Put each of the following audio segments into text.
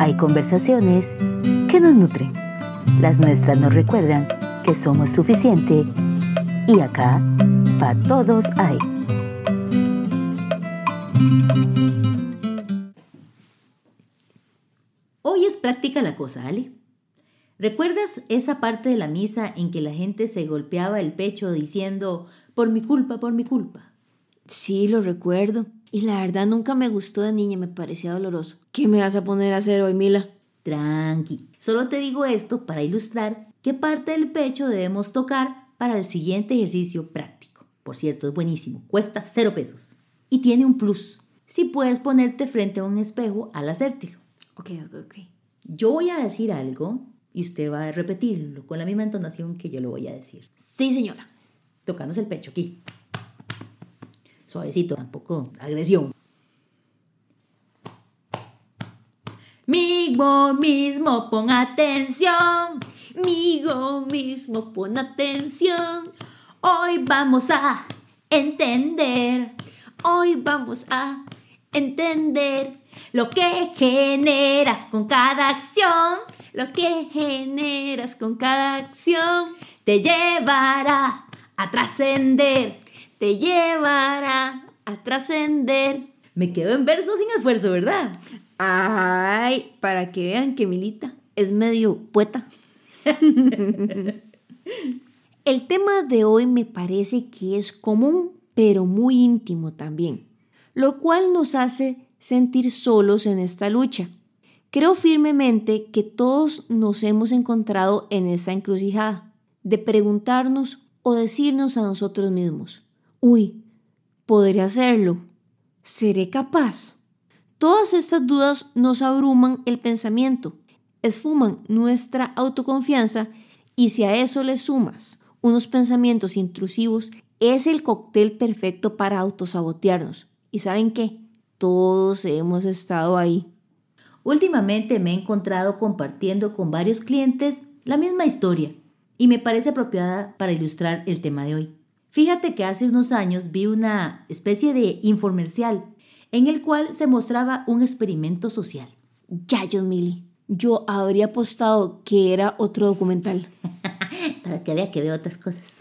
Hay conversaciones que nos nutren. Las nuestras nos recuerdan que somos suficiente y acá, para todos hay. Hoy es práctica la cosa, Ale. ¿Recuerdas esa parte de la misa en que la gente se golpeaba el pecho diciendo, por mi culpa, por mi culpa? Sí, lo recuerdo. Y la verdad nunca me gustó de niña, me parecía doloroso. ¿Qué me vas a poner a hacer hoy, Mila? Tranqui. Solo te digo esto para ilustrar qué parte del pecho debemos tocar para el siguiente ejercicio práctico. Por cierto, es buenísimo. Cuesta 0 pesos. Y tiene un plus. Si puedes ponerte frente a un espejo al hacértelo. Ok. Yo voy a decir algo y usted va a repetirlo con la misma entonación que yo lo voy a decir. Sí, señora. Tocándose el pecho aquí. Suavecito, tampoco agresión. Migo mismo, pon atención. Migo mismo, pon atención. Hoy vamos a entender. Hoy vamos a entender Lo que generas con cada acción. lo que generas con cada acción. Te llevará a trascender. Te llevará a trascender. Me quedo en verso sin esfuerzo, ¿verdad? Ay, para que vean que Milita es medio poeta. El tema de hoy me parece que es común, pero muy íntimo también, lo cual nos hace sentir solos en esta lucha. Creo firmemente que todos nos hemos encontrado en esta encrucijada, de preguntarnos o decirnos a nosotros mismos, uy, ¿podré hacerlo? ¿Seré capaz? Todas estas dudas nos abruman el pensamiento, esfuman nuestra autoconfianza y si a eso le sumas unos pensamientos intrusivos, es el cóctel perfecto para autosabotearnos. ¿Y saben qué? Todos hemos estado ahí. Últimamente me he encontrado compartiendo con varios clientes la misma historia y me parece apropiada para ilustrar el tema de hoy. Fíjate que hace unos años vi una especie de infomercial en el cual se mostraba un experimento social. Ya, John Millie, yo habría apostado que era otro documental. Para que vea que veo otras cosas.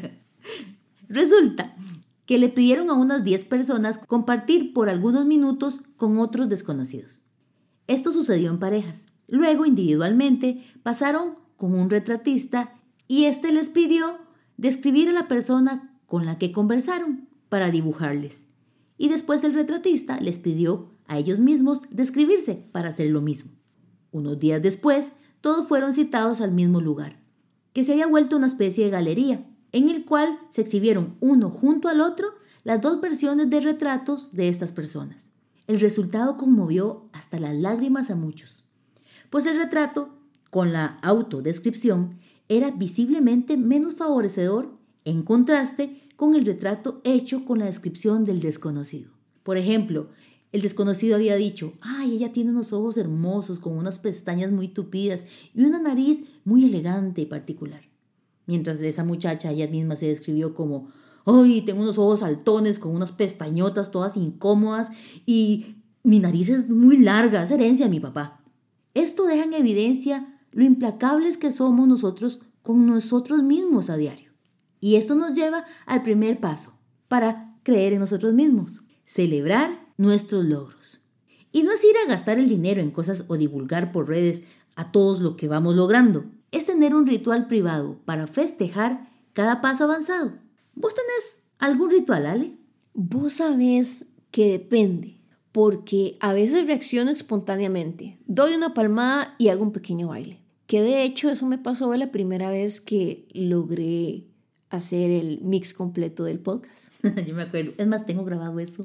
Resulta que le pidieron a unas 10 personas compartir por algunos minutos con otros desconocidos. Esto sucedió en parejas. Luego, individualmente, pasaron con un retratista y este les pidió describir a la persona con la que conversaron para dibujarles. Y después el retratista les pidió a ellos mismos describirse para hacer lo mismo. Unos días después, todos fueron citados al mismo lugar, que se había vuelto una especie de galería, en el cual se exhibieron uno junto al otro las dos versiones de retratos de estas personas. El resultado conmovió hasta las lágrimas a muchos, pues el retrato, con la autodescripción, era visiblemente menos favorecedor en contraste con el retrato hecho con la descripción del desconocido. Por ejemplo, el desconocido había dicho, ¡ay, ella tiene unos ojos hermosos con unas pestañas muy tupidas y una nariz muy elegante y particular! Mientras esa muchacha ella misma se describió como, ¡ay, tengo unos ojos saltones con unas pestañotas todas incómodas y mi nariz es muy larga, es herencia de mi papá! Esto deja en evidencia lo implacables que somos nosotros con nosotros mismos a diario. Y esto nos lleva al primer paso para creer en nosotros mismos, celebrar nuestros logros. Y no es ir a gastar el dinero en cosas o divulgar por redes a todos lo que vamos logrando. Es tener un ritual privado para festejar cada paso avanzado. ¿Vos tenés algún ritual, Ale? Vos sabés que depende, porque a veces reacciono espontáneamente, doy una palmada y hago un pequeño baile. Que de hecho eso me pasó la primera vez que logré hacer el mix completo del podcast. Yo me acuerdo. Es más, tengo grabado eso.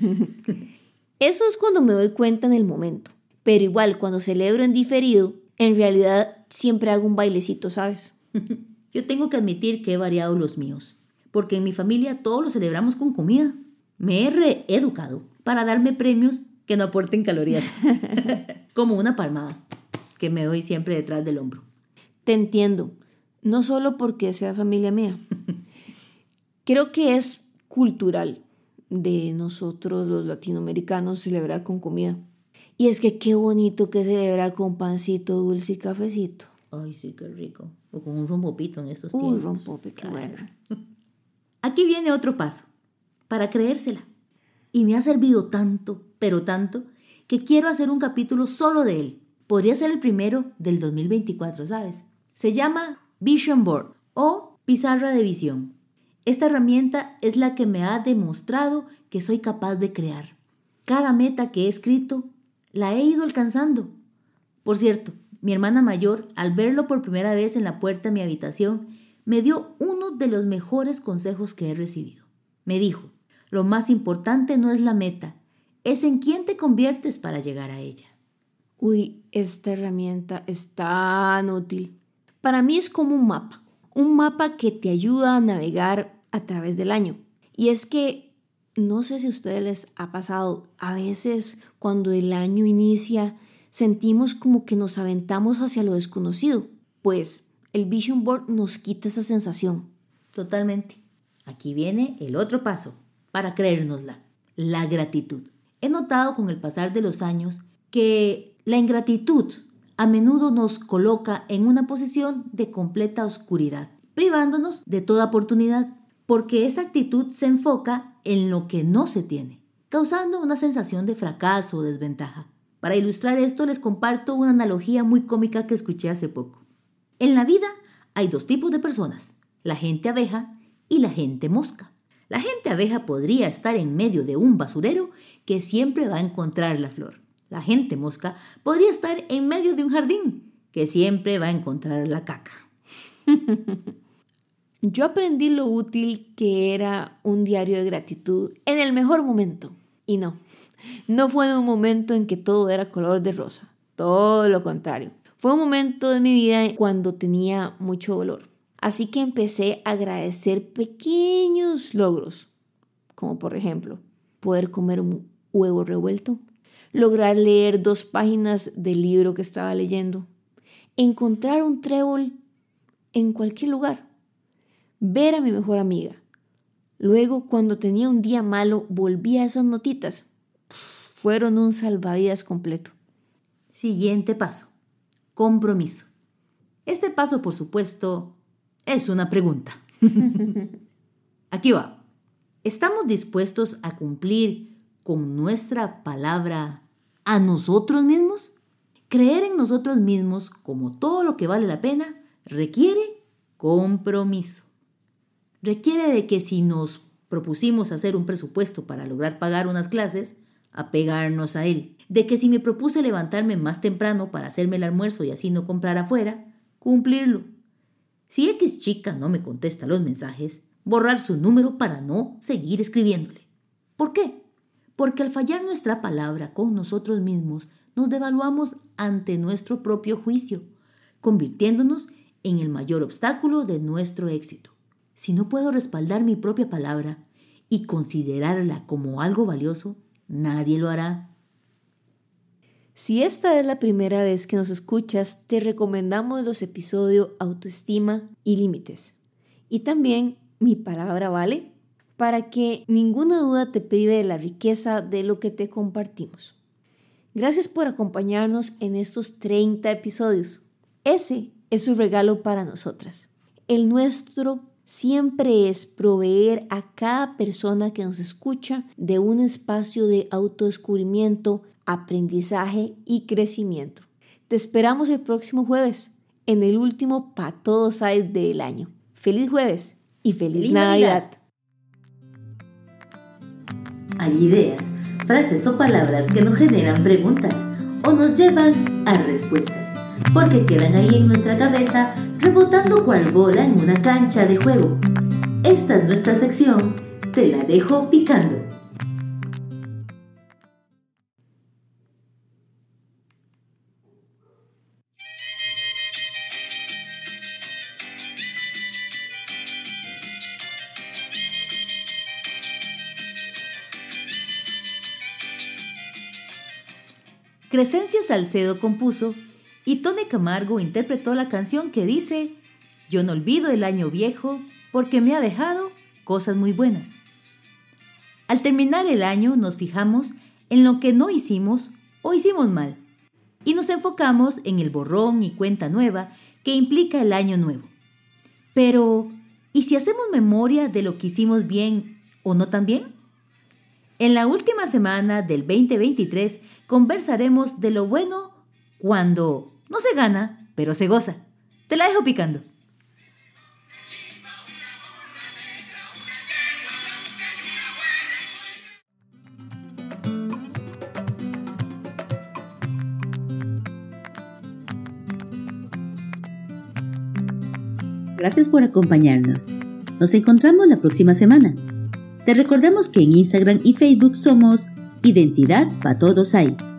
Eso es cuando me doy cuenta en el momento. Pero igual, cuando celebro en diferido, en realidad siempre hago un bailecito, ¿sabes? Yo tengo que admitir que he variado los míos. Porque en mi familia todos lo celebramos con comida. Me he reeducado para darme premios que no aporten calorías. Como una palmada que me doy siempre detrás del hombro. Te entiendo. No solo porque sea familia mía. Creo que es cultural de nosotros los latinoamericanos celebrar con comida. Y es que qué bonito que celebrar con pancito dulce y cafecito. Ay, sí, qué rico. O con un rompopito en estos tiempos. Uy, rompope, qué bueno. Aquí viene otro paso, para creérsela. Y me ha servido tanto, pero tanto, que quiero hacer un capítulo solo de él. Podría ser el primero del 2024, ¿sabes? Se llama Vision Board o pizarra de visión. Esta herramienta es la que me ha demostrado que soy capaz de crear. Cada meta que he escrito la he ido alcanzando. Por cierto, mi hermana mayor, al verlo por primera vez en la puerta de mi habitación, me dio uno de los mejores consejos que he recibido. Me dijo, lo más importante no es la meta, es en quién te conviertes para llegar a ella. Uy, esta herramienta es tan útil. Para mí es como un mapa que te ayuda a navegar a través del año. Y es que, no sé si a ustedes les ha pasado, a veces cuando el año inicia, sentimos como que nos aventamos hacia lo desconocido. Pues el Vision Board nos quita esa sensación. Totalmente. Aquí viene el otro paso para creérnosla, la gratitud. He notado con el pasar de los años que la ingratitud a menudo nos coloca en una posición de completa oscuridad, privándonos de toda oportunidad, porque esa actitud se enfoca en lo que no se tiene, causando una sensación de fracaso o desventaja. Para ilustrar esto les comparto una analogía muy cómica que escuché hace poco. En la vida hay dos tipos de personas, la gente abeja y la gente mosca. La gente abeja podría estar en medio de un basurero que siempre va a encontrar la flor. La gente mosca podría estar en medio de un jardín que siempre va a encontrar la caca. Yo aprendí lo útil que era un diario de gratitud en el mejor momento. Y no fue en un momento en que todo era color de rosa. Todo lo contrario. Fue un momento de mi vida cuando tenía mucho dolor. Así que empecé a agradecer pequeños logros, como por ejemplo, poder comer un huevo revuelto, lograr leer 2 páginas del libro que estaba leyendo, encontrar un trébol en cualquier lugar, ver a mi mejor amiga. Luego, cuando tenía un día malo, volví a esas notitas. Fueron un salvavidas completo. Siguiente paso, compromiso. Este paso, por supuesto, es una pregunta. Aquí va. ¿Estamos dispuestos a cumplir con nuestra palabra a nosotros mismos? Creer en nosotros mismos, como todo lo que vale la pena, requiere compromiso. Requiere de que si nos propusimos hacer un presupuesto para lograr pagar unas clases, apegarnos a él. De que si me propuse levantarme más temprano para hacerme el almuerzo y así no comprar afuera, cumplirlo. Si X chica no me contesta los mensajes, borrar su número para no seguir escribiéndole. ¿Por qué? Porque al fallar nuestra palabra con nosotros mismos, nos devaluamos ante nuestro propio juicio, convirtiéndonos en el mayor obstáculo de nuestro éxito. Si no puedo respaldar mi propia palabra y considerarla como algo valioso, nadie lo hará. Si esta es la primera vez que nos escuchas, te recomendamos los episodios Autoestima y Límites. Y también Mi Palabra Vale, para que ninguna duda te prive de la riqueza de lo que te compartimos. Gracias por acompañarnos en estos 30 episodios. Ese es su regalo para nosotras. El nuestro siempre es proveer a cada persona que nos escucha de un espacio de autodescubrimiento, aprendizaje y crecimiento. Te esperamos el próximo jueves, en el último Pa' Todos Hay del año. ¡Feliz jueves y feliz Navidad! Hay ideas, frases o palabras que nos generan preguntas o nos llevan a respuestas, porque quedan ahí en nuestra cabeza rebotando cual bola en una cancha de juego. Esta es nuestra sección, Te la dejo picando. Crescencio Salcedo compuso y Tony Camargo interpretó la canción que dice: yo no olvido el año viejo porque me ha dejado cosas muy buenas. Al terminar el año nos fijamos en lo que no hicimos o hicimos mal. Y nos enfocamos en el borrón y cuenta nueva que implica el año nuevo. Pero, ¿y si hacemos memoria de lo que hicimos bien o no tan bien? En la última semana del 2023 conversaremos de lo bueno cuando no se gana, pero se goza. Te la dejo picando. Gracias por acompañarnos. Nos encontramos la próxima semana. Te recordamos que en Instagram y Facebook somos Identidad Pa' Todos Hay.